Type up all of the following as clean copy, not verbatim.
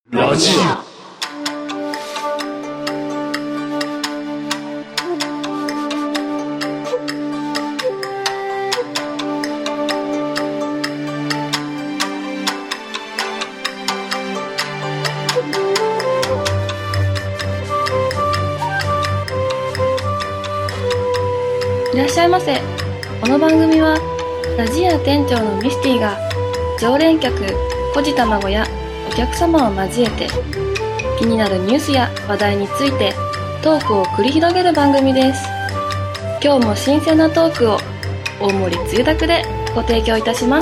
ラジいらっしゃいませ。この番組はラジア店長のミスティが常連客コジ卵やお客様を交えて気になるニュースや話題についてトークを繰り広げる番組です。今日も新鮮なトークを大盛りつゆだくでご提供いたします。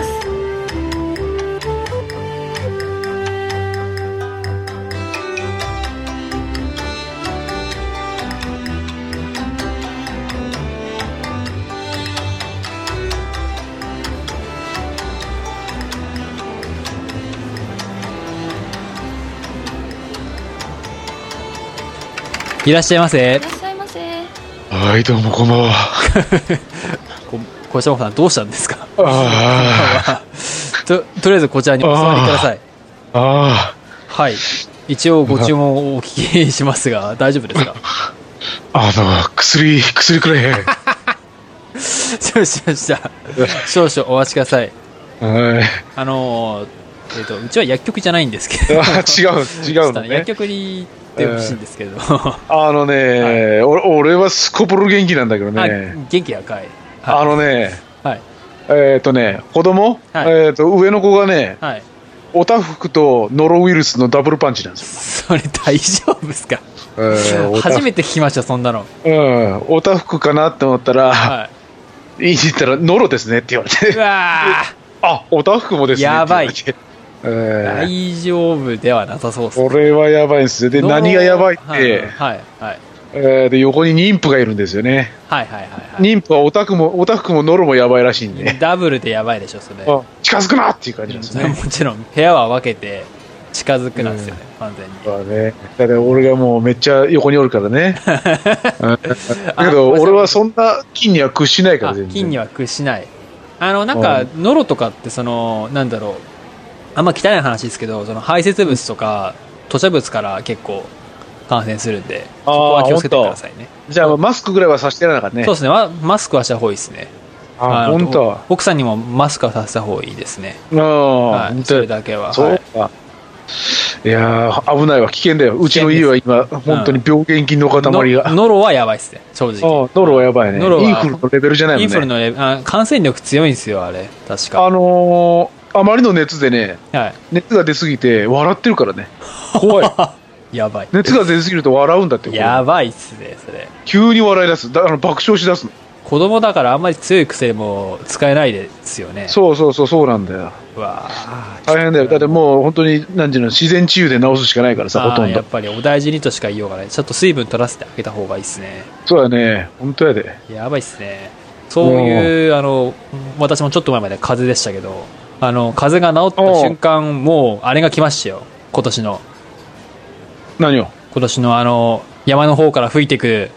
いらっしゃいませ。 いらっしゃいませ。 はい、どうもこんばんは。 小島さんどうしたんですか？ あとりあえずこちらにお座りください。 あはい。一応ご注文をお聞きしますが大丈夫ですか？ 薬くれへん。 承知しました。少々お待ちください。 はい。 うちは薬局じゃないんですけど。 違うのね。 薬局に行ってほしいんですけど。 はい、俺はすこぶる元気なんだけどね。 元気赤い。 はい、子供、 はい、 上の子がね、 はい、 おたふくとノロウイルスのダブルパンチなんですよ。それ大丈夫ですか？初めて聞きました、そんなの。 おたふくかなって思ったら、はい、言ったらノロですねって言われて。 うわあ、おたふくもですね。 やばい。大丈夫ではなさそうですね。 これはやばいんですよ。で、何がやばいって、 はいはい、 で横に妊婦がいるんですよね。 はいはいはい、はい、 妊婦はおたふくもノロもやばいらしいんで。 ダブルでやばいでしょそれ。 近づくなっていう感じなんですね。 もちろん部屋は分けて近づくなんですよね、完全に。 そうね。だから俺がもうめっちゃ横におるからね。だけど俺はそんな菌には屈しないから全然。 菌には屈しない。なんかノロとかってなんだろう、あんま汚い話ですけど、その排泄物とか吐瀉物から結構感染するんで、そこは気をつけてくださいね。 じゃあマスクぐらいはさせてやらなかったね。 そうですね、マスクはした方がいいですね。 本当。 奥さんにもマスクはさせた方がいいですね。 はい、 それだけは。 そうか。はい、いや危ないわ、危険だよ。うちの家は今本当に病原菌の塊が。 ノロはやばいですね、正直。 ノロはやばいね。インフルのレベルじゃないもんね。 インフルのレベル、感染力強いんですよあれ、確か。 あまりの熱でね、はい、熱が出すぎて笑ってるからね。怖い。 やばい。 熱が出すぎると笑うんだって。 やばいっすねそれ。 急に笑い出す。爆笑し出すの。 子供だからあんまり強い薬も使えないですよね。 そうなんだよ。 わ大変だよ。だってもう本当に何ていうの、自然治癒で治すしかないからさ、ほとんど。 やっぱりお大事にとしか言いようがない。ちょっと水分取らせてあげた方がいいっすね。 そうだね、本当やで。 やばいっすね。そういう私もちょっと前まで風邪でしたけど、風邪が治った瞬間、もうあれが来ましたよ、今年の。 何を？ 今年の山の方から吹いてくる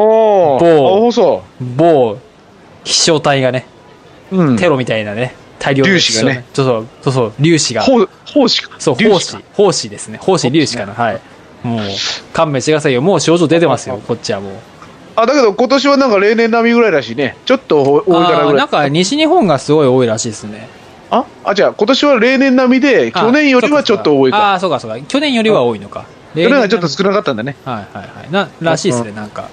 某飛翔体がね、テロみたいなね、大量の粒子がね、 そう粒子が、 胞子か、 そう胞子ですね、胞子粒子かな。はい、もう勘弁してくださいよ。もう症状出てますよ、こっちはもう。 だけど今年はなんか例年並みぐらいらしいね。ちょっと多いかなぐらい。 なんか西日本がすごい多いらしいですね。 じゃあ今年は例年並みで、去年よりはちょっと多いか。 そうか去年よりは多いのか。 去年はちょっと少なかったんだね。 らしいですね、なんか。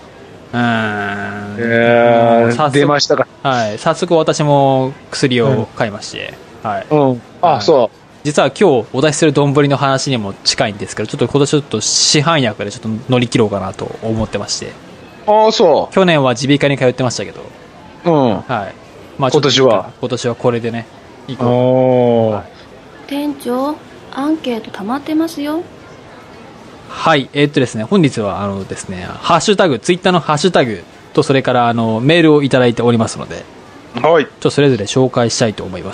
出ましたか。 はい、早速私も薬を買いまして、はい。 そう。 実は今日お出しする丼の話にも近いんですけど、ちょっと今年ちょっと市販薬でちょっと乗り切ろうかなと思ってまして。 そう。 去年は耳鼻科に通ってましたけど、はい。まあ今年はこれでね、行こう。店長、アンケート溜まってますよ。 はい、ですね、本日はですね、ハッシュタグ、ツイッターのハッシュタグと、それからメールをいただいておりますので、 はい。 ちょっとそれぞれ紹介したいと思います。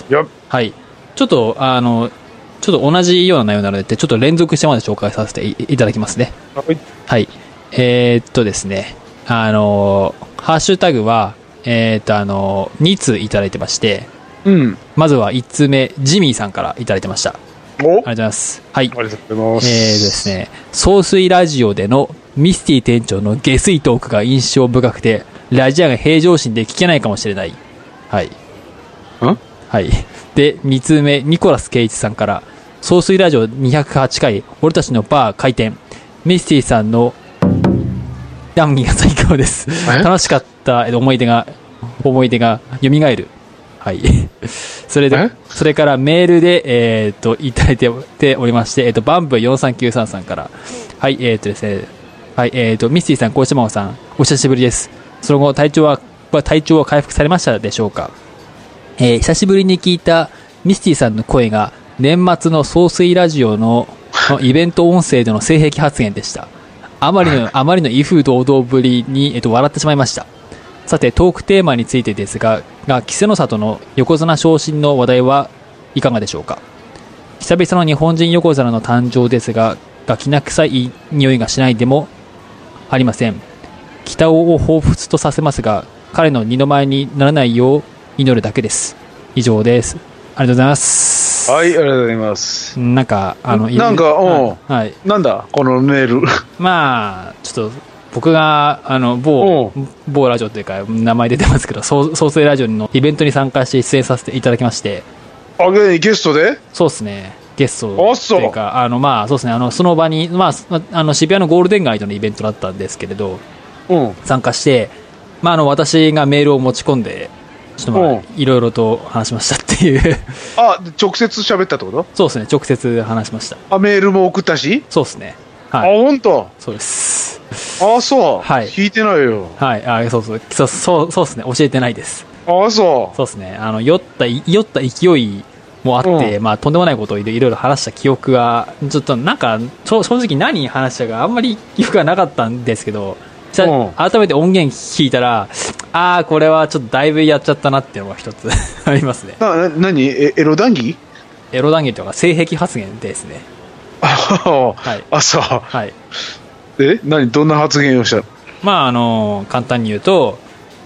はい。 ちょっと同じような内容なので、ちょっと連続してまで紹介させていただきますね。はい。ですね、ハッシュタグは、2通いただいてまして、まずは1通目、ジミーさんからいただいてました。 りがとうございます。はい。 ありがとうございます。 ですね、総水ラジオでのミスティ店長の下水トークが印象深くて、ラジアが平常心で聞けないかもしれない。はい。はい。で、2通目、ニコラス・ケイチさんから、総水ラジオ208回、俺たちのバー開店。ミスティさんの談義が最高です。楽しかった思い出が蘇る。はい。それからメールで、いただいておりまして、バンブ43933さんから、はい、ですね、はい、ミスティさん、小石真央さん、お久しぶりです。その後、体調は回復されましたでしょうか。久しぶりに聞いたミスティさんの声が、年末の総水ラジオのイベント音声での性癖発言でした。あまりの威風堂々ぶりに、笑ってしまいました。さて、トークテーマについてですが、稀勢の里の横綱昇進の話題はいかがでしょうか。久々の日本人横綱の誕生ですが、きな臭い匂いがしないでもありません。北尾を彷彿とさせますが、彼の二の舞にならないよう祈るだけです。以上です。ありがとうございます。 はい、ありがとうございます。 なんか、 はい。なんだ、このメール。 まあ、ちょっと、僕が、某ラジオというか、名前出てますけど、創生ラジオのイベントに参加して出演させていただきまして。 あ、ゲストで？ そうですね。ゲストというか、まあ、そうですね、その場に、まあ、渋谷のゴールデン街でのイベントだったんですけれど、参加して、まあ、私がメールを持ち込んで、ちょっといろいろと話しましたっていう直接喋ったってこと？ そうですね、直接話しました。 メールも送ったし？ そうですね。はい。 本当？ そうです。 そう。 はい。 聞いてないよ。 はい。そうですね、教えてないです。 そう。 そうですね、酔った勢いもあって、まあ、とんでもないことをいろいろ話した記憶が、ちょっとなんか、正直何話したかあんまり記憶がなかったんですけど、改めて音源聞いたら、これはちょっとだいぶやっちゃったなっていうのが一つありますね。 何？エロ談義？ エロ談義というか性癖発言ですね。 はい。そう。 はい。 どんな発言をしたの？ まあ簡単に言うと、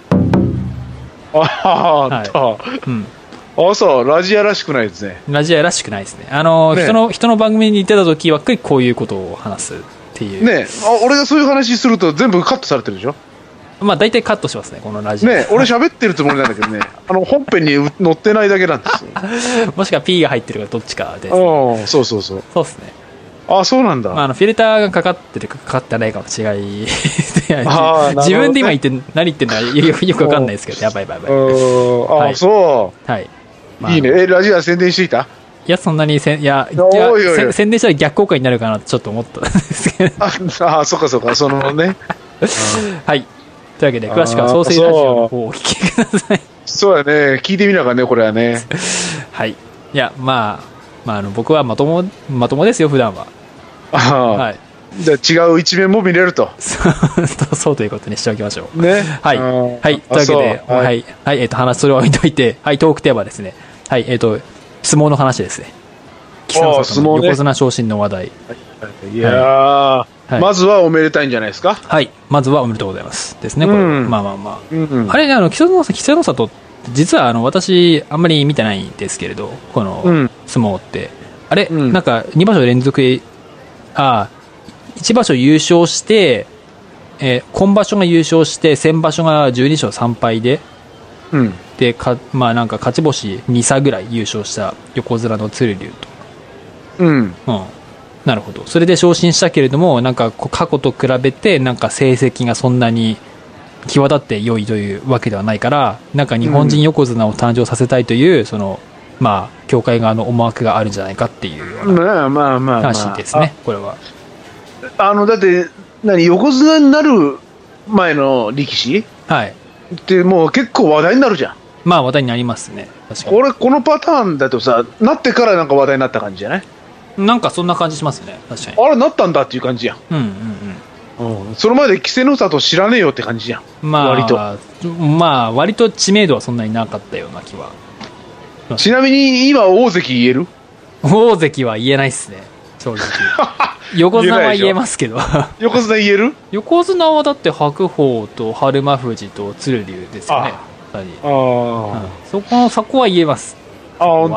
そう、ラジアらしくないですね。 ラジアらしくないですね。人の番組に行ってた時ばっかりこういうことを話すっていう。 ね、俺がそういう話すると全部カットされてるでしょ。まあ大体カットしますね、このラジオ。 ね、俺喋ってるつもりなんだけどね、本編に載ってないだけなんですよ。 もしくは P が入ってるかどっちかです、 ね。そうですね。そうなんだ。 フィルターがかかってるかかってないかの違い自分で今言って何言ってるのかよく分かんないですけど、やばい。 そう。 はい。 いいね。ラジオは宣伝していた？ いや、そんなに宣伝したら逆効果になるかなってちょっと思ったんですけど。 そうか、そのね。 はい。というわけで、詳しくは創生ラジオの方をお聞きください。 そうだね。聞いてみながらね、これはね。 はい。いや、僕はまともですよ、普段は。はい。 じゃあ違う一面も見れると。 そうということにしておきましょう。 ね。 はい。はい。というわけで、はい。話、それを置いといて、はい、トークテーマですね。はい、相撲の話ですね。稀勢の里の横綱昇進の話題。 いやー、まずはおめでたいんじゃないですか。 はい。まずはおめでとうございます。ですね、これ。まあ。あれね、稀勢の里、実は私、あんまり見てないんですけれど、この相撲って。あれ、なんか、2場所連続、1場所優勝して、今場所が優勝して、先場所が12勝3敗で、でなんか勝ち星2差ぐらい優勝した横綱の鶴竜と。なるほど。それで昇進したけれども、なんか過去と比べて、なんか成績がそんなに際立って良いというわけではないから、なんか日本人横綱を誕生させたいという、協会側の思惑があるんじゃないかっていう話ですね、これは。 だって、横綱になる前の力士ってもう結構話題になるじゃん。 話題になりますね。確かに。 俺、このパターンだとさ、なってからなんか話題になった感じじゃない？ なんかそんな感じしますね、確かに。 あれ、なったんだっていう感じやん。その前で稀勢の里知らねえよって感じじゃん。割と知名度はそんなになかったような気は。 ちなみに今大関言える？ 大関は言えないっすね、正直。横綱は言えますけど。 横綱言える？ 横綱はだって白鵬と日馬富士と鶴竜ですよね。そこは言えます。 本当。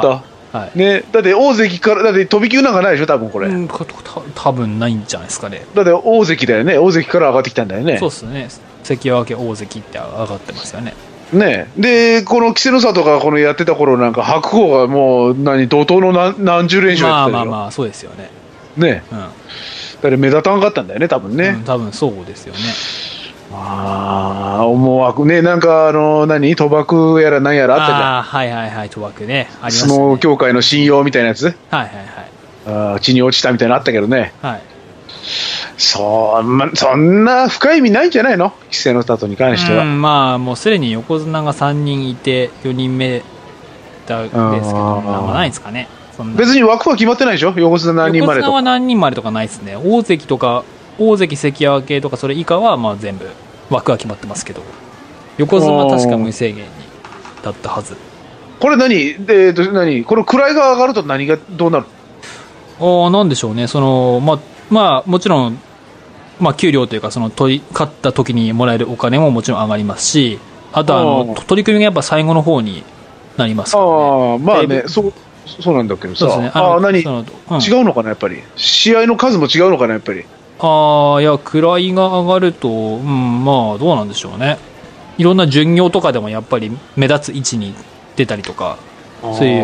はい。 ね、だって大関から、だって飛び級なんかないでしょ、多分これ。 多分ないんじゃないですかね。 だって大関だよね。大関から上がってきたんだよね。 そうですね。関脇大関って上がってますよね。 ね。で、この稀勢の里がこのやってた頃なんか、白鵬がもう、怒涛の何十連勝やってたよ。 まあ、そうですよね。 ね。 うん。 だから目立たんかったんだよね、多分ね。 多分そうですよね。 ああ、思惑ね、なんか賭博やら何やらあったじゃん。 ああ、はいはいはい、賭博ね。ありましたね。 相撲協会の信用みたいなやつ。 はいはいはい。地に落ちたみたいなのあったけどね。 はい。はい。 そんな深い意味ないんじゃないの、稀勢の里に関しては。 まあ、もうすでに横綱が3人いて、4人目だですけど、なんかないですかね。 別に枠は決まってないでしょ、横綱何人までとか。 横綱は何人までとかないですね。大関とか、大関関脇とかそれ以下はまあ全部枠は決まってますけど、横綱は確か無制限にだったはず。 これ何この位が上がると何がどうなる？ なんでしょうね。まあもちろん、まあ給料というか、勝った時にもらえるお金ももちろん上がりますし、あと取り組みがやっぱ最後の方になりますからね。 まあね、そうなんだけどさ。 そうですね。 違うのかな、やっぱり。試合の数も違うのかな、やっぱり。 いや、位が上がると、まあ、どうなんでしょうね。いろんな巡業とかでもやっぱり目立つ位置に出たりとか、そういう、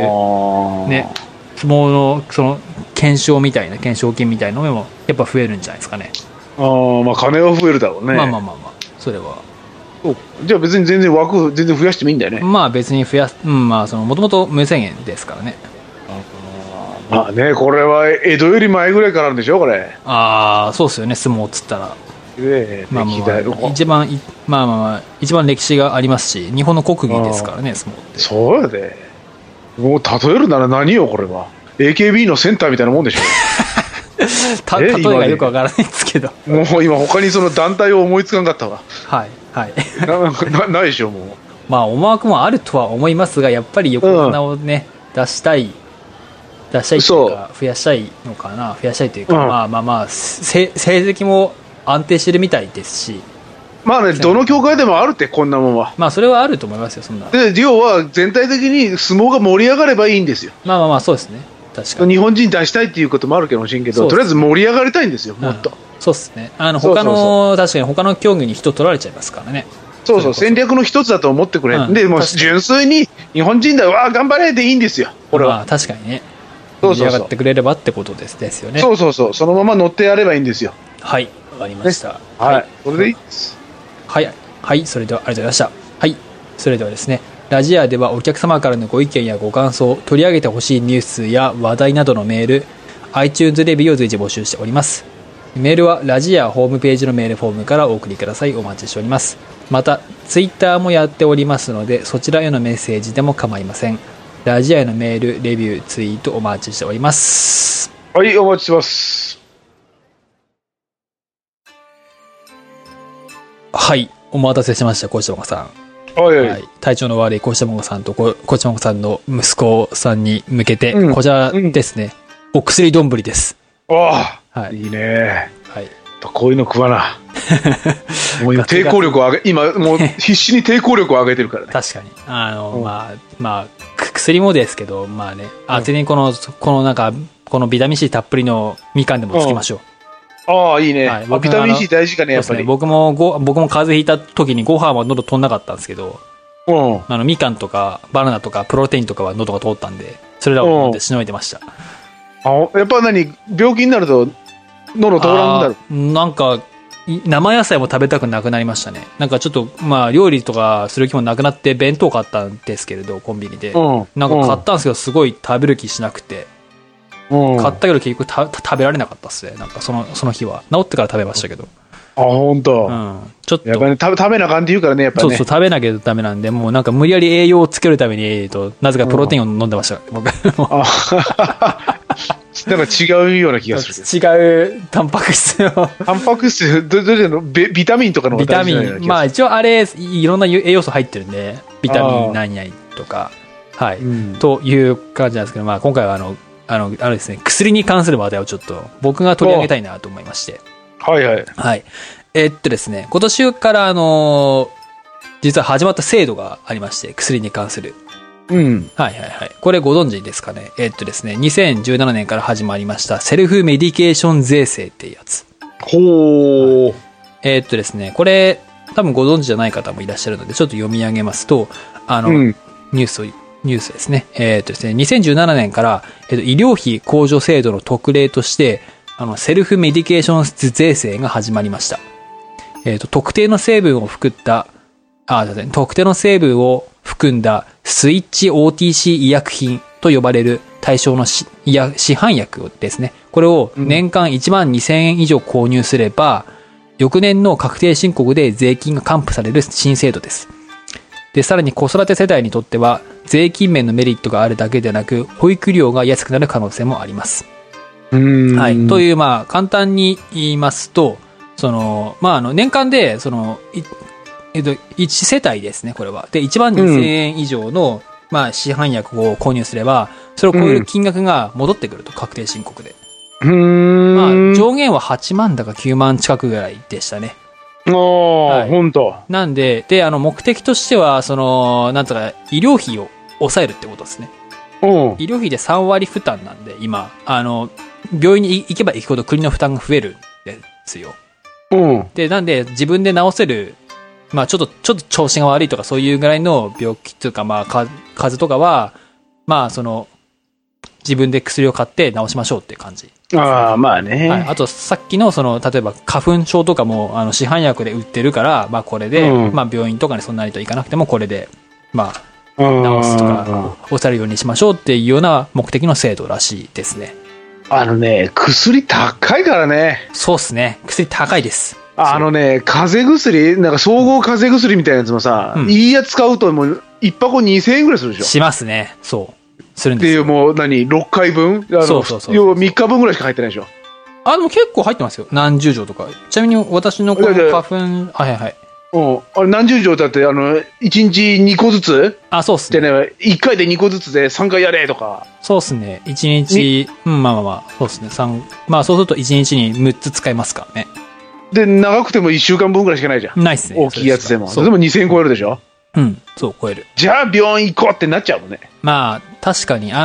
ね、相撲の、懸賞金みたいなのも、やっぱ増えるんじゃないですかね。 まあ、金は増えるだろうね。 まあ、それは。 じゃあ別に全然枠全然増やしてもいいんだよね。 まあ別にまあ、もともと無制限ですからね。 まあね、これは江戸より前ぐらいからあるんでしょ、これ。 そうですよね、相撲っつったら。 まあ一番歴史がありますし、日本の国技ですからね、相撲って。 そうやで。もう例えるなら何よ、これは。AKB のセンターみたいなもんでしょ。 例えがよくわからないですけど。 もう今他にその団体を思いつかんかったわ。 はいはい。 ないでしょ、もう。 まあ思惑もあるとは思いますが、やっぱり横綱をね、出したいというか、増やしたいのかな。増やしたいというか、まあ成績も安定してるみたいですし。 まあね、どの協会でもあるって、こんなもんは。 まあそれはあると思いますよ、そんな。 で、要は全体的に相撲が盛り上がればいいんですよ。 まあそうですね。確かに。 日本人出したいっていうこともあるかもしれんけど、とりあえず盛り上がりたいんですよ、もっと。 そうですね。確かに他の競技に人取られちゃいますからね。 そう、戦略の一つだと思ってくれ。で、もう純粋に日本人だ、頑張れでいいんですよ、これは。 確かにね。盛り上がってくれればってことですよね。 そう、そのまま乗ってやればいいんですよ。 はい、わかりました。 はい、それでいいです。 はい、それではありがとうございました。はい、それではですね、ラジアではお客様からのご意見やご感想、取り上げてほしいニュースや話題などのメール、iTunes レビューを随時募集しております。メールはラジアホームページのメールフォームからお送りください。お待ちしております。また、ツイッターもやっておりますので、そちらへのメッセージでも構いません。ラジアへのメール、レビュー、ツイートお待ちしております。 はい、お待ちしてます。 はい、お待たせしました、小島さん。はい、体調の悪い小島さんと小島さんの息子さんに向けて、こちらですね、お薬丼です。 はい、いいね。 はい。 こういうの食わな。もう今抵抗力を今もう必死に抵抗力を上げてるからね。 確かに。まあ、薬もですけど、まあね、ついでにこのビタミン C たっぷりのみかんでもつけましょう。いいね。ビタミン C 大事かね、やっぱり。 僕も風邪ひいた時にご飯は喉通んなかったんですけど、みかんとかバナナとかプロテインとかは喉が通ったんで、それらを飲んでしのいでました。 やっぱ病気になると喉通らんくなる？ なんか、生野菜も食べたくなくなりましたね。なんかちょっと、料理とかする気もなくなって弁当買ったんですけれど、コンビニで。なんか買ったんですけど、すごい食べる気しなくて。買ったけど結局食べられなかったっすね。なんかその日は。治ってから食べましたけど。 本当。 ちょっと。 やっぱり食べなあかんって言うからね、やっぱりね。 そう、食べなきゃダメなんで、もうなんか無理やり栄養をつけるために、なぜかプロテインを飲んでました。僕。 なんか違うような気がする。 違うタンパク質の。 タンパク質、どれのビタミンとかのビタミン。まあ一応あれ、いろんな栄養素入ってるんで、ビタミン何々とか、はい。という感じなんですけど、今回はですね、薬に関する話題をちょっと僕が取り上げたいなと思いまして。 はいはい。 はい。ですね、今年から実は始まった制度がありまして、薬に関する。 うん。 はいはいはい。これご存知ですかね。ですね、2017年から始まりましたセルフメディケーション税制っていうやつ。 ほー。 ですね、これ多分ご存知じゃない方もいらっしゃるので、ちょっと読み上げますと、ニュースですね。ですね、2017年から、医療費控除制度の特例として、セルフメディケーション税制が始まりました。特定の成分を含んだスイッチ OTC 医薬品と呼ばれる対象の市販薬ですね。これを年間1万2000円以上購入すれば、翌年の確定申告で税金が還付される新制度です。で、さらに子育て世代にとっては、税金面のメリットがあるだけでなく、保育料が安くなる可能性もあります。はい。という、簡単に言いますと、年間で、1世帯ですね、これは。で、1万2000円以上の、市販薬を購入すれば、それを超える金額が戻ってくると、確定申告で。上限は8万だか9万近くぐらいでしたね。 本当。 なんで、目的としては、なんとか、医療費を抑えるってことですね。医療費で3割負担なんで、今、病院に行けば行くほど国の負担が増えるんですよ。で、なんで、自分で治せる、ちょっと調子が悪いとかそういうぐらいの病気というか、数とかは、自分で薬を買って治しましょうっていう感じ。 まあね。 はい。あと、さっきの例えば花粉症とかも、市販薬で売ってるから、これで、病院とかにそんなにと行かなくても、これで、治すとか、抑えるようにしましょうっていうような目的の制度らしいですね。 薬高いからね。 そうっすね。薬高いです。 風邪薬、なんか総合風邪薬みたいなやつもさ、いいやつ買うともう1箱2000円ぐらいするでしょ。 しますね。そう。するんですよ。 で、もう6回分要は3日分ぐらいしか入ってないでしょ。 でも結構入ってますよ。何十錠とか。ちなみに私のこの花粉、はいはい。 何十錠だって、1日2個ずつそうっすね。 でね、1回で2個ずつで3回やれとか。 そうっすね。1日、そうっすね。そうすると1日に6つ使いますからね。 で、長くても1週間分ぐらいしかないじゃん。 ないっすね。 大きいやつでも。それでも2000円超えるでしょ。 そう、超える。 じゃあ病院行こうってなっちゃうもんね。 確かに、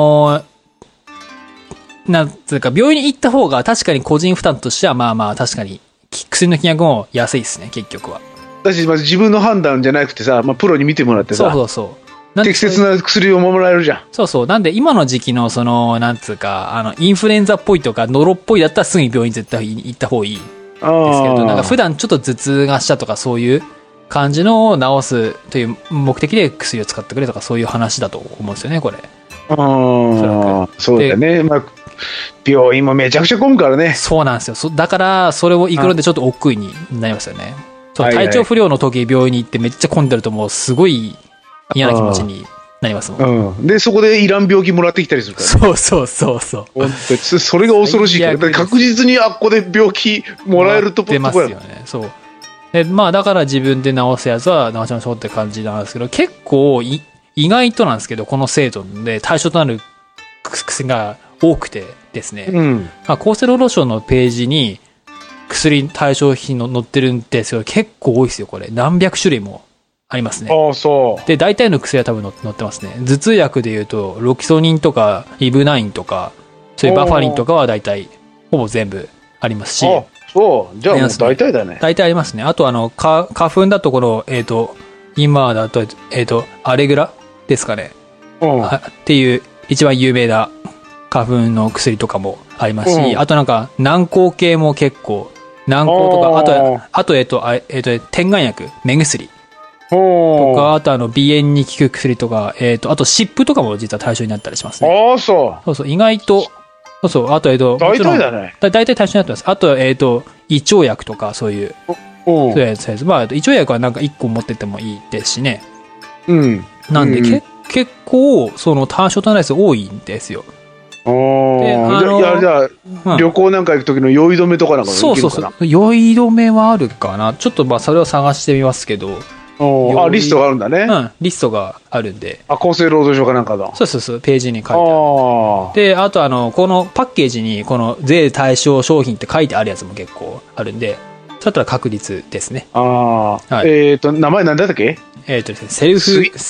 なんつうか、病院に行った方が確かに個人負担としては確かに、薬の金額も安いですね、結局は。 だし、自分の判断じゃなくてさ、プロに見てもらってさ。適切な薬をもらえるじゃん。 そう。なんで今の時期のなんつうか、インフルエンザっぽいとか、ノロっぽいだったらすぐに病院絶対行った方がいいですけど、なんか普段ちょっと頭痛がしたとかそういう感じのを治すという目的で薬を使ってくれとかそういう話だと思うんですよね、これ。 そうだよね。病院もめちゃくちゃ混むからね。 そうなんですよ。だから、それを行くのでちょっと億劫になりますよね。体調不良の時病院に行ってめっちゃ混んでるともうすごい嫌な気持ちになりますもん。 で、そこでいらん病気もらってきたりするから、 ね。そう。本当にそれが恐ろしいから。確実にここで病気もらえるとこ出ますよね。そう。で、だから自分で治すやつは治しましょうって感じなんですけど、結構意外となんですけど、この制度で対象となる薬が多くてですね。厚生労働省のページに薬対象品の載ってるんですけど、結構多いですよ、これ。何百種類もありますね。 そう。 で、大体の薬は多分載ってますね。頭痛薬で言うと、ロキソニンとか、イブナインとか、そういうバファリンとかは大体、ほぼ全部ありますし。 そう。じゃあもう大体だね。 大体ありますね。あと花粉だとこの、今だと、アレグラですかね。っていう一番有名な花粉の薬とかもありますし、あとなんか軟膏系も結構、軟膏とか、あと点眼薬、目薬とか、あと鼻炎に効く薬とか、あと湿布とかも実は対象になったりしますね。そう、意外と、あと大体だね。 大体対象になってます。あと、胃腸薬とか、そういう。そういうやつ。胃腸薬はなんか1個持ってってもいいですしね。なんで、結構、対象となるやつ多いんですよ。 じゃあ、旅行なんか行く時の酔い止めとかなんかもいけるかな。 酔い止めはあるかな。ちょっとそれを探してみますけど。 リストがあるんだね。 リストがあるんで。 厚生労働省かなんかだ。 そう、ページに書いてある。で、あとこのパッケージに、この税対象商品って書いてあるやつも結構あるんで、そうだったら確率ですね。 名前なんだったっけ？ ですね、セル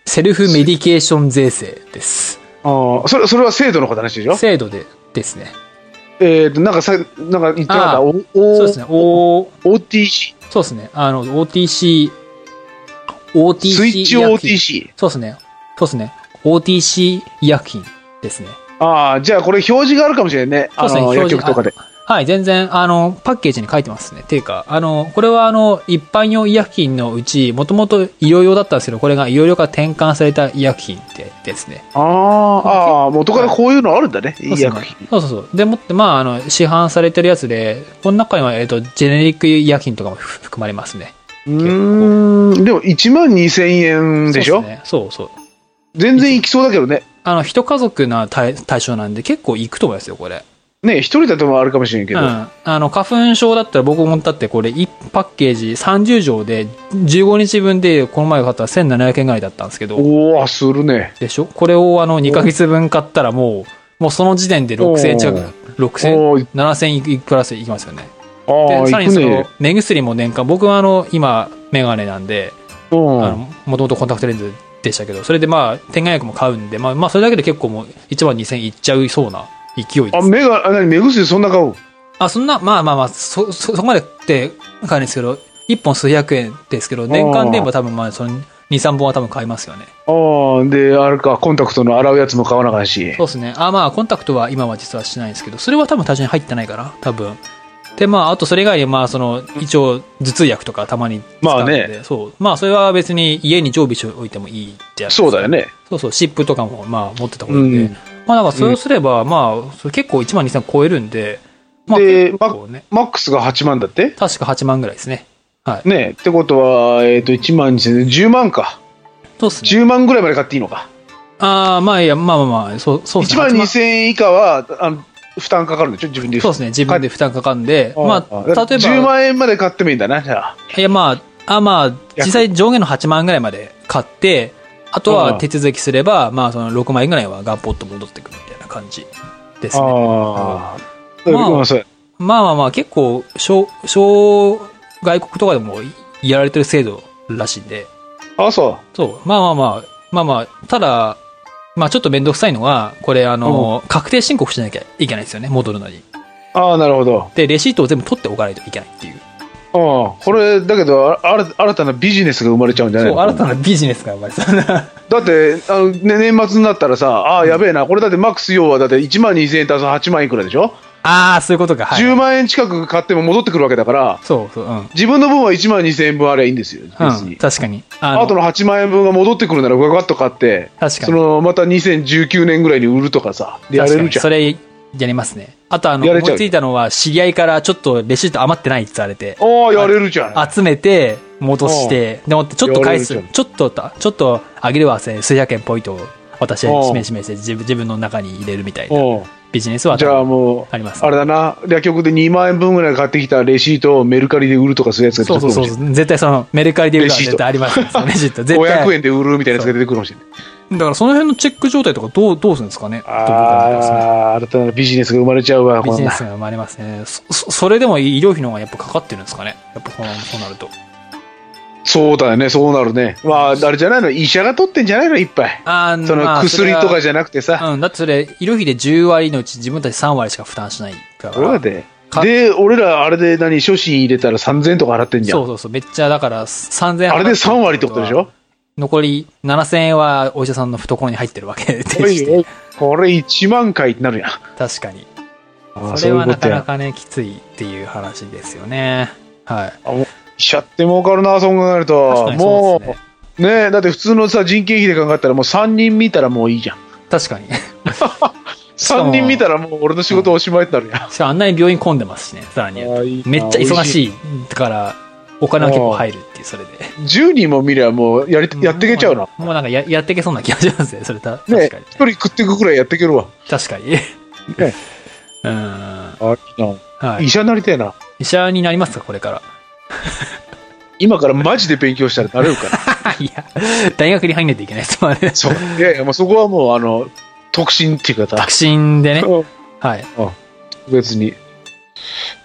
セルフメディケーション税制です。 ああ、それは制度の話でしょ？ 制度ですね。 なんか言ってなかった、 そうですね、 OTC。 そうですね、OTC、スイッチ OTC。 そうですね、OTC 医薬品ですね。 ああ、じゃあこれ表示があるかもしれないね。 そうですね、 薬局とかで。 はい、全然、パッケージに書いてますね。ていうか、これは一般用医薬品のうち、もともと医療用だったんですけど、これが医療用から転換された医薬品ってですね。 元からこういうのあるんだね、医薬品。 そう。でもって、市販されてるやつで、この中には、ジェネリック医薬品とかも含まれますね。 でも、12,000円でしょ？ そう。 全然いきそうだけどね。 一家族な対象なんで、結構いくと思いますよ、これ。 ね、一人だともあるかもしれんけど。 花粉症だったら僕思ったってこれ1パッケージ30錠で15日分でこの前買ったら1700円ぐらいだったんですけど。 おー、するね。 でしょ？これを2ヶ月分買ったらもうその時点で6000円近く、7000いくらいきますよね。で、さらにその目薬も年間、僕は今メガネなんで、もともとコンタクトレンズでしたけど、それで点眼薬も買うんで、それだけで結構もう12000円いっちゃいそうな勢いです。 目薬そんな買う？ そんな、そこまでって買えないんですけど、1本数百円ですけど、年間でも多分その2、3本は多分買いますよね。 で、あれか、コンタクトの洗うやつも買わなあかんし。 そうですね。コンタクトは今は実はしないんですけど、それは多分単純に入ってないかな、多分。で、あとそれ以外で、一応、頭痛薬とかたまに使うんで、そう。それは別に家に常備しておいてもいいってやつ。 そうだよね。 そう、湿布とかも、持ってた方がいいんで。だからそれをすれば、それ結構12,000超えるんで、 で、マックスが8万だって？ 確か8万ぐらいですね。はい。 ね、ってことは、12,000で10万か。 そうっすね。 10万ぐらいまで買っていいのか。 いや、そうっすね。 12,000円以下は、負担かかるんでしょ？自分で。 そうですね。自分で負担かかるんで、例えば。 10万円まで買ってもいいんだな、じゃあ。 いや、実際上限の8万ぐらいまで買って、あとは手続きすれば、その6万円ぐらいはガンポッと戻ってくるみたいな感じですね。結構、外国とかでもやられてる制度らしいんで。 そう。 そう。ただ、ちょっとめんどくさいのは、これ確定申告しなきゃいけないんですよね、戻るのに。 なるほど。 で、レシートを全部取っておかないといけないっていう。 これ、だけど、新たなビジネスが生まれちゃうんじゃないの？ そう、新たなビジネスが生まれちゃう。 だって、年末になったらさ、やべえな、これだってマックス要はだって12,000円足す8万いくらでしょ？ そういうことか。 10万円近く買っても戻ってくるわけだから、 そう、 自分の分は12,000円分あればいいんですよ、別に。 確かに。 あとの8万円分が戻ってくるなら、ガガッと買って、 確かに。 また2019年ぐらいに売るとかさ、やれるじゃん。 それ、やりますね。あと思いついたのは、知り合いからちょっとレシート余ってないって言われて。 やれるじゃん。 集めて、戻して、でもちょっと返す。ちょっとあげるわ、数百円ポイントを私は示して自分の中に入れるみたいなビジネスはじゃあもう、 あります。 あれだな、薬局で2万円分ぐらい買ってきたレシートをメルカリで売るとかそういうやつが出てくるかもしれない。 そう。絶対そのメルカリで売るのは絶対ありますね。レシート。 500円で売るみたいなやつが出てくるかもしれない。 だからその辺のチェック状態とかどうするんですかね。 新たなビジネスが生まれちゃうわ。 ビジネスが生まれますね。それでも医療費の方がやっぱかかってるんですかね。やっぱそうなると。 そうだよね、そうなるね。あれじゃないの、医者が取ってんじゃないの、いっぱい。その薬とかじゃなくてさ。 だってそれ、医療費で10割のうち自分たち3割しか負担しないから。 そうだで。俺らあれで初診入れたら3,000円とか払ってんじゃん。 そう。めっちゃだから3,000円。 あれで3割ってことでしょ？ 残り7,000円はお医者さんの懐に入ってるわけで。 これ1万回ってなるやん。 確かに。それはなかなかね、きついっていう話ですよね。はい。 医者って儲かるな、そう考えると。もう、ね、だって普通のさ、人件費で考えたらもう3人見たらもういいじゃん。 確かに。 3人見たらもう俺の仕事おしまいってなるやん。 しかもあんなに病院混んでますしね、さらに。めっちゃ忙しいから、お金は結構入るっていう、それで。 10人も見りゃもうやってけちゃうな。 もうなんかやってけそうな気がしますね、それ確かに。 1人食っていくくらいやってけるわ。 確かに。 ね。いいな。医者になりたいな。 医者になりますか、これから。 今からマジで勉強したらなれるかな。 いや、大学に入んないといけないですもんね。 そう。いやもうそこはもう、特進っていうか特進でね。はい。 別に。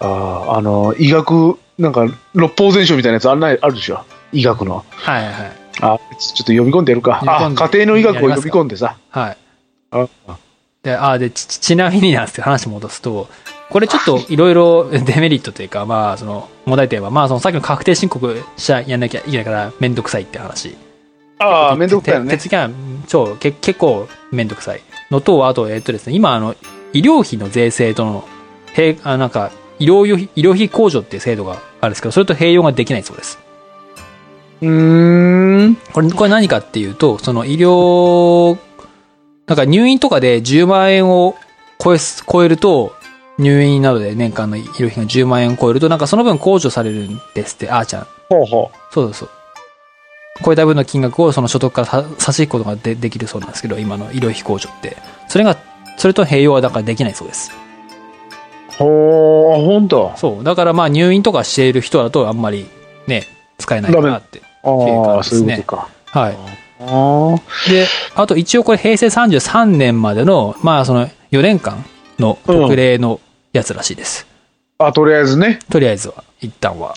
医学、なんか、六法全書みたいなやつあるでしょ。医学の。 はい。 あ、ちょっと呼び込んでやるか。あ、家庭の医学を呼び込んでさ。 はい。 あで、ちなみになんですけど、話戻すと、これちょっといろいろデメリットというか、まあ、その、問題点は、まあ、そのさっきの確定申告やんなきゃいけないから、めんどくさいって話。 ああ、めんどくさいよね。 手続きは、結構めんどくさいのと、あと、ですね、今、医療費の税制との、なんか、医療費控除っていう制度があるんですけど、それと併用ができないそうです。これ何かっていうと、その医療、なんか入院とかで10万円を超えると、入院などで年間の医療費が10万円を超えると、なんかその分控除されるんですって、あーちゃん。 ほうほう。 そう。超えた分の金額をその所得から差し引くことができるそうなんですけど、今の医療費控除って。それと併用はだからできないそうです。 ほー、ほんと。 そう。だからまあ入院とかしている人だとあんまりね、使えないかなっていう感じですね。 そういうことか。 はい。で、あと一応これ平成33年までの、まあその4年間の特例のやつらしいです。 とりあえずね。 とりあえずは、一旦は。 はい。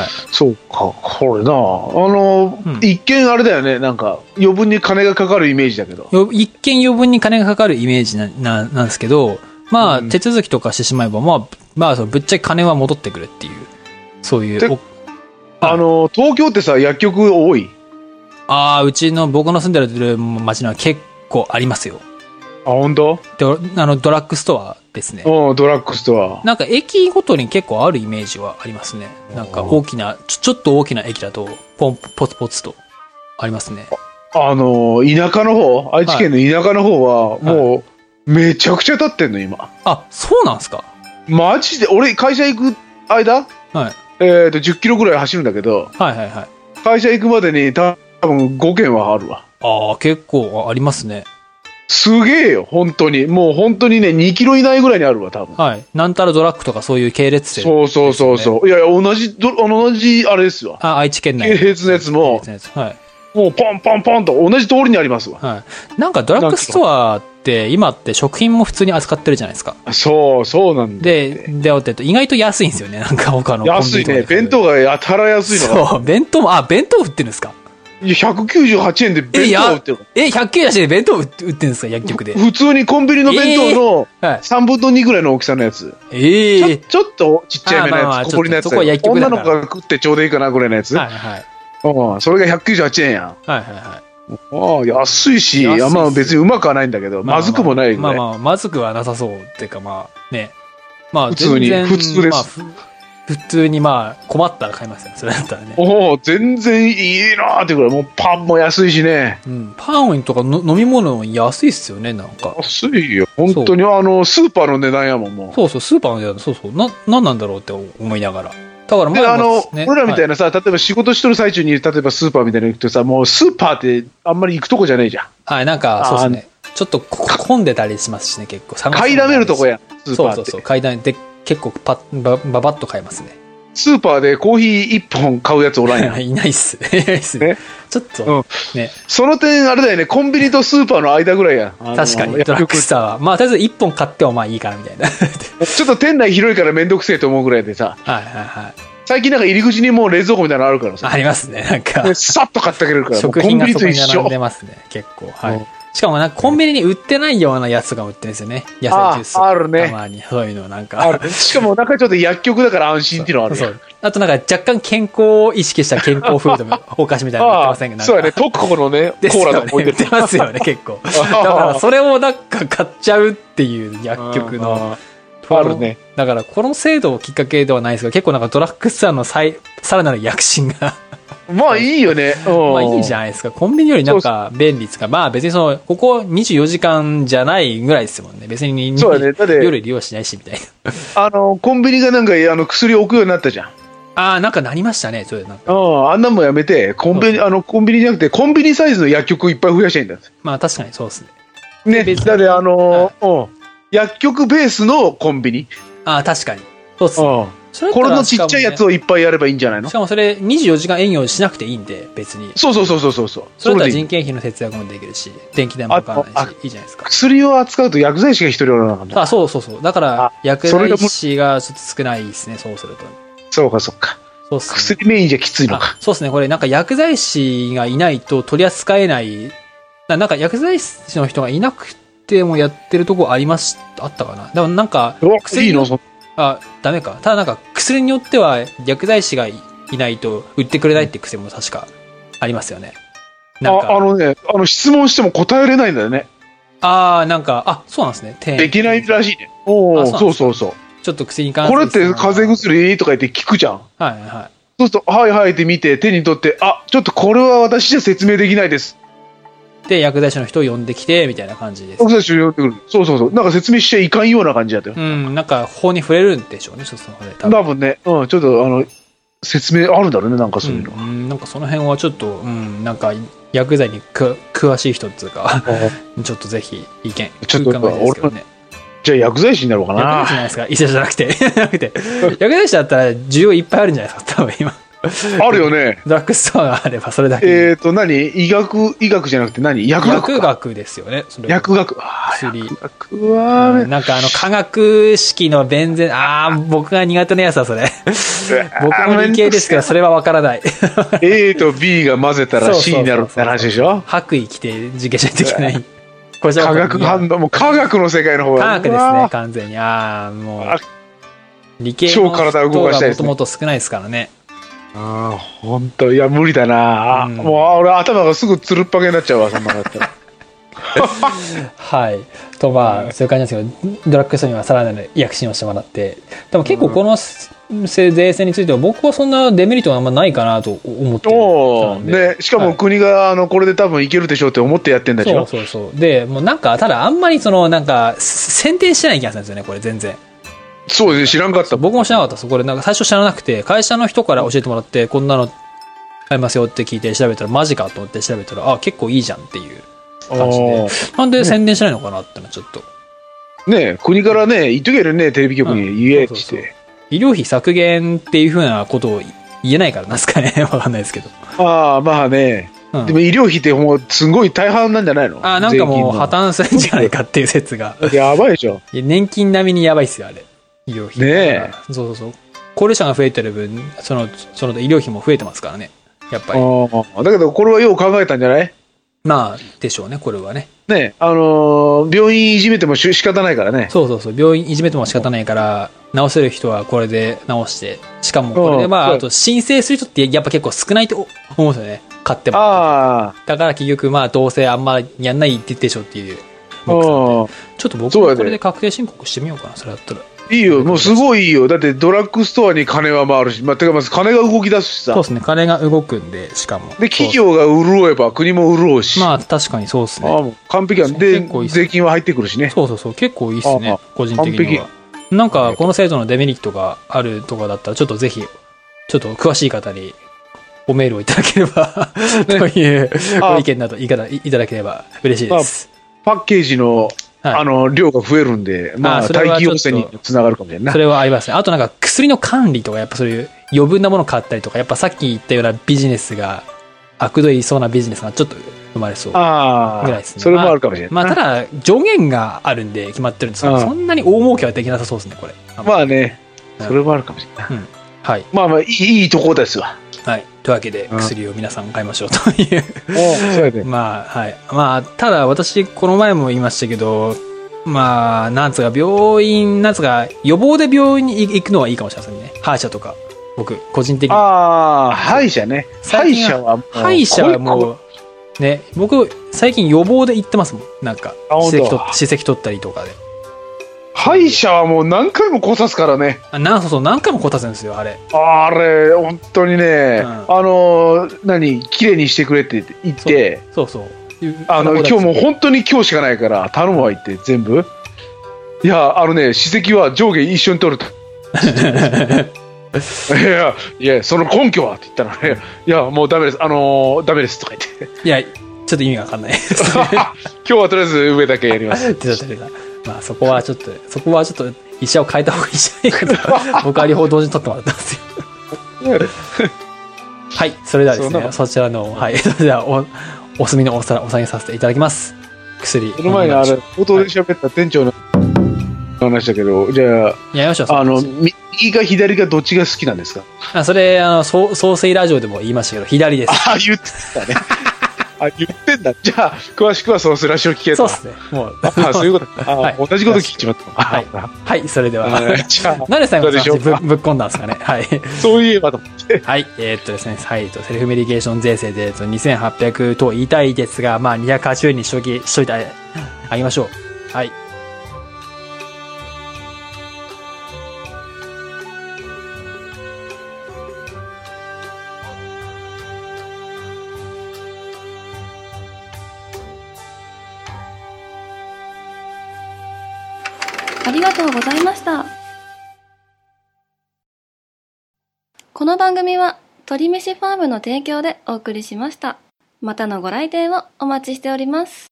そうか、これな。一見あれだよね、なんか、余分に金がかかるイメージだけど。 一見余分に金がかかるイメージなんですけど、まあ、手続きとかしてしまえば、まあ、ぶっちゃけ金は戻ってくるっていう、そういう。 東京ってさ、薬局多い？ 僕の住んでる町には結構ありますよ。 本当？ ドラッグストアですね。 ドラッグストア。 なんか駅ごとに結構あるイメージはありますね。なんか大きな、ちょっと大きな駅だと、ポツポツとありますね。 田舎の方、愛知県の田舎の方は、もう、めちゃくちゃ経ってんの、今。 そうなんすか？ マジで、俺、会社行く間、10キロぐらい走るんだけど、会社行くまでに多分5軒はあるわ。 結構ありますね。 すげえよ、本当に。もう本当にね、2キロ以内ぐらいにあるわ、多分。 なんたらドラッグとかそういう系列店、 ね。そう。いや、同じ、あれですよ。 愛知県内。 系列のやつも、もうポンポンポンと同じ通りにありますわ。 なんかドラッグストアって、今って食品も普通に扱ってるじゃないですか。 そうなんだ。 で、意外と安いんですよね、なんか他の。 安いね。弁当がやたら安いの。 そう、弁当売ってるんですか ？198円で弁当売ってる。 198円で弁当売ってるんですか、薬局で。 普通にコンビニの弁当の3分の2ぐらいの大きさのやつ。ちょっとちっちゃいめのやつ、小ぶりのやつ。女の子が食ってちょうどいいかなぐらいのやつ。それが198円やん。安いし、まあ別にうまくはないんだけど、まずくもないぐらい。 まずくはなさそうっていうか、まあね。 普通です。 普通に困ったら買いますよね、それだったらね。 全然いいなーってぐらい、もうパンも安いしね。 パンとか飲み物も安いっすよね、なんか。 安いよ、本当にスーパーの値段やもん、もう。そう、スーパーの値段、そう、なんなんだろうって思いながら。だから俺らみたいなさ、例えば仕事してる最中に、例えばスーパーみたいなの行くとさ、もうスーパーってあんまり行くとこじゃないじゃん。 なんか、そうですね。ちょっと混んでたりしますしね、結構。 買いだめるとこや、スーパーって。 そう、買いだめで結構ババッと買えますね。 スーパーでコーヒー1本買うやつおらんやん。 いないっすね。ちょっと、ね。 その点、あれだよね、コンビニとスーパーの間ぐらいや。 確かに、ドラッグストアは。とりあえず1本買ってもいいかな、みたいな。 ちょっと店内広いからめんどくせえと思うぐらいでさ。最近なんか入り口にもう冷蔵庫みたいなのあるからさ。 ありますね、なんか。 さっと買ってあげるから。 食品がそこに並んでますね、結構。しかもなんかコンビニに売ってないようなやつが売ってるんですよね。野菜ジュース。 あるね。 たまに。そういうのなんか。 しかもなんかちょっと薬局だから安心っていうのある。 あとなんか若干健康を意識した健康フードのお菓子みたいなの売ってませんか？ そうやね。特保のね、コーラとか置いてますよね、結構。だからそれをなんか買っちゃうっていう薬局の。 あるね。 だからこの制度をきっかけではないですけど、結構なんかドラッグストアのさらなる躍進が。 まあいいよね。 いいじゃないですか。コンビニよりなんか便利ですか。別にここ24時間じゃないぐらいですもんね。別に夜利用しないしみたいな。コンビニがなんか薬を置くようになったじゃん。 なんかなりましたね。それなんか。 あんなんもやめて、コンビニじゃなくて、コンビニサイズの薬局いっぱい増やしたいんだ。 確かにそうですね。ね、だって薬局ベースのコンビニ。 確かに。そうっすね。 これのちっちゃいやつをいっぱいやればいいんじゃないの？ しかもそれ24時間営業しなくていいんで、別に。 そう。それだったら人件費の節約もできるし、電気代もかからないし、いいじゃないですか。 薬を扱うと薬剤師が一人おらなかった。 そう。だから、薬剤師がちょっと少ないですね、そうすると。 そうか。 薬メインじゃきついのか。 そうですね。これなんか薬剤師がいないと取り扱えない。なんか薬剤師の人がいなくてもやってるとこあったかな。でもなんか、 いいの？ ダメか。ただなんか薬によっては薬剤師がいないと売ってくれないって薬も確かありますよね。 なんか質問しても答えれないんだよね。 なんか、そうなんですね。 できないらしいね。そうそうそう。 ちょっと薬に関して。 これって風邪薬とか言って聞くじゃん。 はいはい。 そうすると、はいはいって見て手に取って、ちょっとこれは私じゃ説明できないです。 で、薬剤師の人を呼んできて、みたいな感じです。 薬剤師を呼んでくる。そうそうそう。なんか説明しちゃいかんような感じだったよ。 なんか法に触れるんでしょうね、ちょっとその方で。 多分ね。ちょっと説明あるんだろうね、なんかそういうの。 なんかその辺はちょっと、なんか薬剤に詳しい人っていうか、ちょっとぜひ意見、 ちょっと俺じゃあ薬剤師になろうかな。 薬剤師じゃないですか。医者じゃなくて。薬剤師だったら需要いっぱいあるんじゃないですか、多分今。 あるよね。 ドラッグストアがあればそれだけ。 何医学じゃなくて何薬学ですよね。 薬学。 薬。 薬学は、 なんか化学式のベンゼン、僕が苦手なやつだ、それ。僕も理系ですけど、それはわからない。 A と B が混ぜたら C になるって話でしょ？ 白衣着て受験しないといけない。 化学反応、もう科学の世界の方が。 科学ですね、完全に。もう。理系の人がもともと少ないですからね。 本当いや無理だな、もう俺頭がすぐつるっぱげになっちゃうわ、そんなのだったら。 はいとそういう感じなんですけど、ドラッグストアにはさらなる躍進をしてもらって、でも結構この税制については僕はそんなデメリットはあんまないかなと思ってたんで、 しかも国がこれで多分いけるでしょうって思ってやってんだでしょ。 そうでもうなんかただあんまりなんか宣伝してない気がするんですよね、これ全然。 そうですね、知らんかった。 僕も知らなかったです。これなんか最初知らなくて、会社の人から教えてもらって、こんなのありますよって聞いて調べたら、マジかと思って調べたら、結構いいじゃんっていう感じで。なんで宣伝しないのかなってのはちょっと。 ね国からね、言っとけるね、テレビ局に言えってして。 医療費削減っていうふうなことを言えないからなんですかね。わかんないですけど。 まあね。でも医療費ってもうすごい大半なんじゃないの？ なんかもう破綻するんじゃないかっていう説が。 やばいでしょ。 年金並みにやばいっすよ、あれ。医療費。ねえ。そう高齢者が増えてる分、その医療費も増えてますからね。やっぱり。 だけどこれはよう考えたんじゃない？ でしょうね、これはね。 ね病院いじめても仕方ないからね。 そう病院いじめても仕方ないから、治せる人はこれで治して、しかもこれであと申請する人ってやっぱ結構少ないと思うんですよね。買っても。だから結局どうせあんまやんないって言ってでしょっていう。ちょっと僕もこれで確定申告してみようかな、それだったら。 いいよ、もうすごいいいよ。だってドラッグストアに金は回るし、てかまず金が動き出すしさ。 そうですね、金が動くんで、しかも。 で、企業が潤えば国も潤うし。 確かにそうですね。 もう完璧なんで、税金は入ってくるしね。 そう、結構いいっすね、個人的には。なんか、この制度のデメリットがあるとかだったら、ちょっとぜひ、ちょっと詳しい方におメールをいただければ、というご意見などいただければ嬉しいです。 パッケージの量が増えるんで、大気汚染につながるかもしれない。 それはありますね。あとなんか薬の管理とか、やっぱそういう余分なもの買ったりとか、やっぱさっき言ったようなビジネスが、悪どいそうなビジネスがちょっと生まれそうぐらいですね。 それもあるかもしれない。 ただ、上限があるんで決まってるんですけど、そんなに大儲けはできなさそうですね、これ。 それもあるかもしれない。 はい。 いいとこですわ。 はい。というわけで、薬を皆さん買いましょうという。はい。ただ私、この前も言いましたけど、なんつうか、予防で病院に行くのはいいかもしれませんね。歯医者とか。僕、個人的に。 歯医者ね。歯医者はもう、ね、僕、最近予防で行ってますもん。なんか、歯石取ったりとかで。 歯医者はもう何回も来さすからね。 何回も来さすんですよ、あれ。 あれ、本当にね、綺麗にしてくれって言って、今日も本当に今日しかないから頼むわ言って全部。いや、歯石は上下一緒に取ると。いや、その根拠はって言ったらね、いや、もうダメです、ダメですとか言って。 いや、ちょっと意味がわかんない。 今日はとりあえず上だけやります。 そこはちょっと医者を変えた方がいいんじゃないかと僕は両方同時に取ってもらったんですよ。はい、それではですね、そちらの、それではお墨のお下げさせていただきます。薬。 その前に冒頭で喋った店長の話だけど、じゃあ、 やりましょう。 右か左かどっちが好きなんですか？ それ、創生ラジオでも言いましたけど、左です。 言ってたね。言ってんだ。じゃあ、詳しくはソースラジオ聞けと。 そうですね。もう。 そういうことか。はい、同じこと聞いちまった。 はい。はい、それでは。じゃあ、何で最後にぶっ込んだんですかね。はい。 そういえばと思って。 はい。ですね、はい。セルフメディケーション税制で、2800と言いたいですが、まあ、280円にしといてあげましょう。はい。 ありがとうございました。この番組は鳥飯ファームの提供でお送りしました。またのご来店をお待ちしております。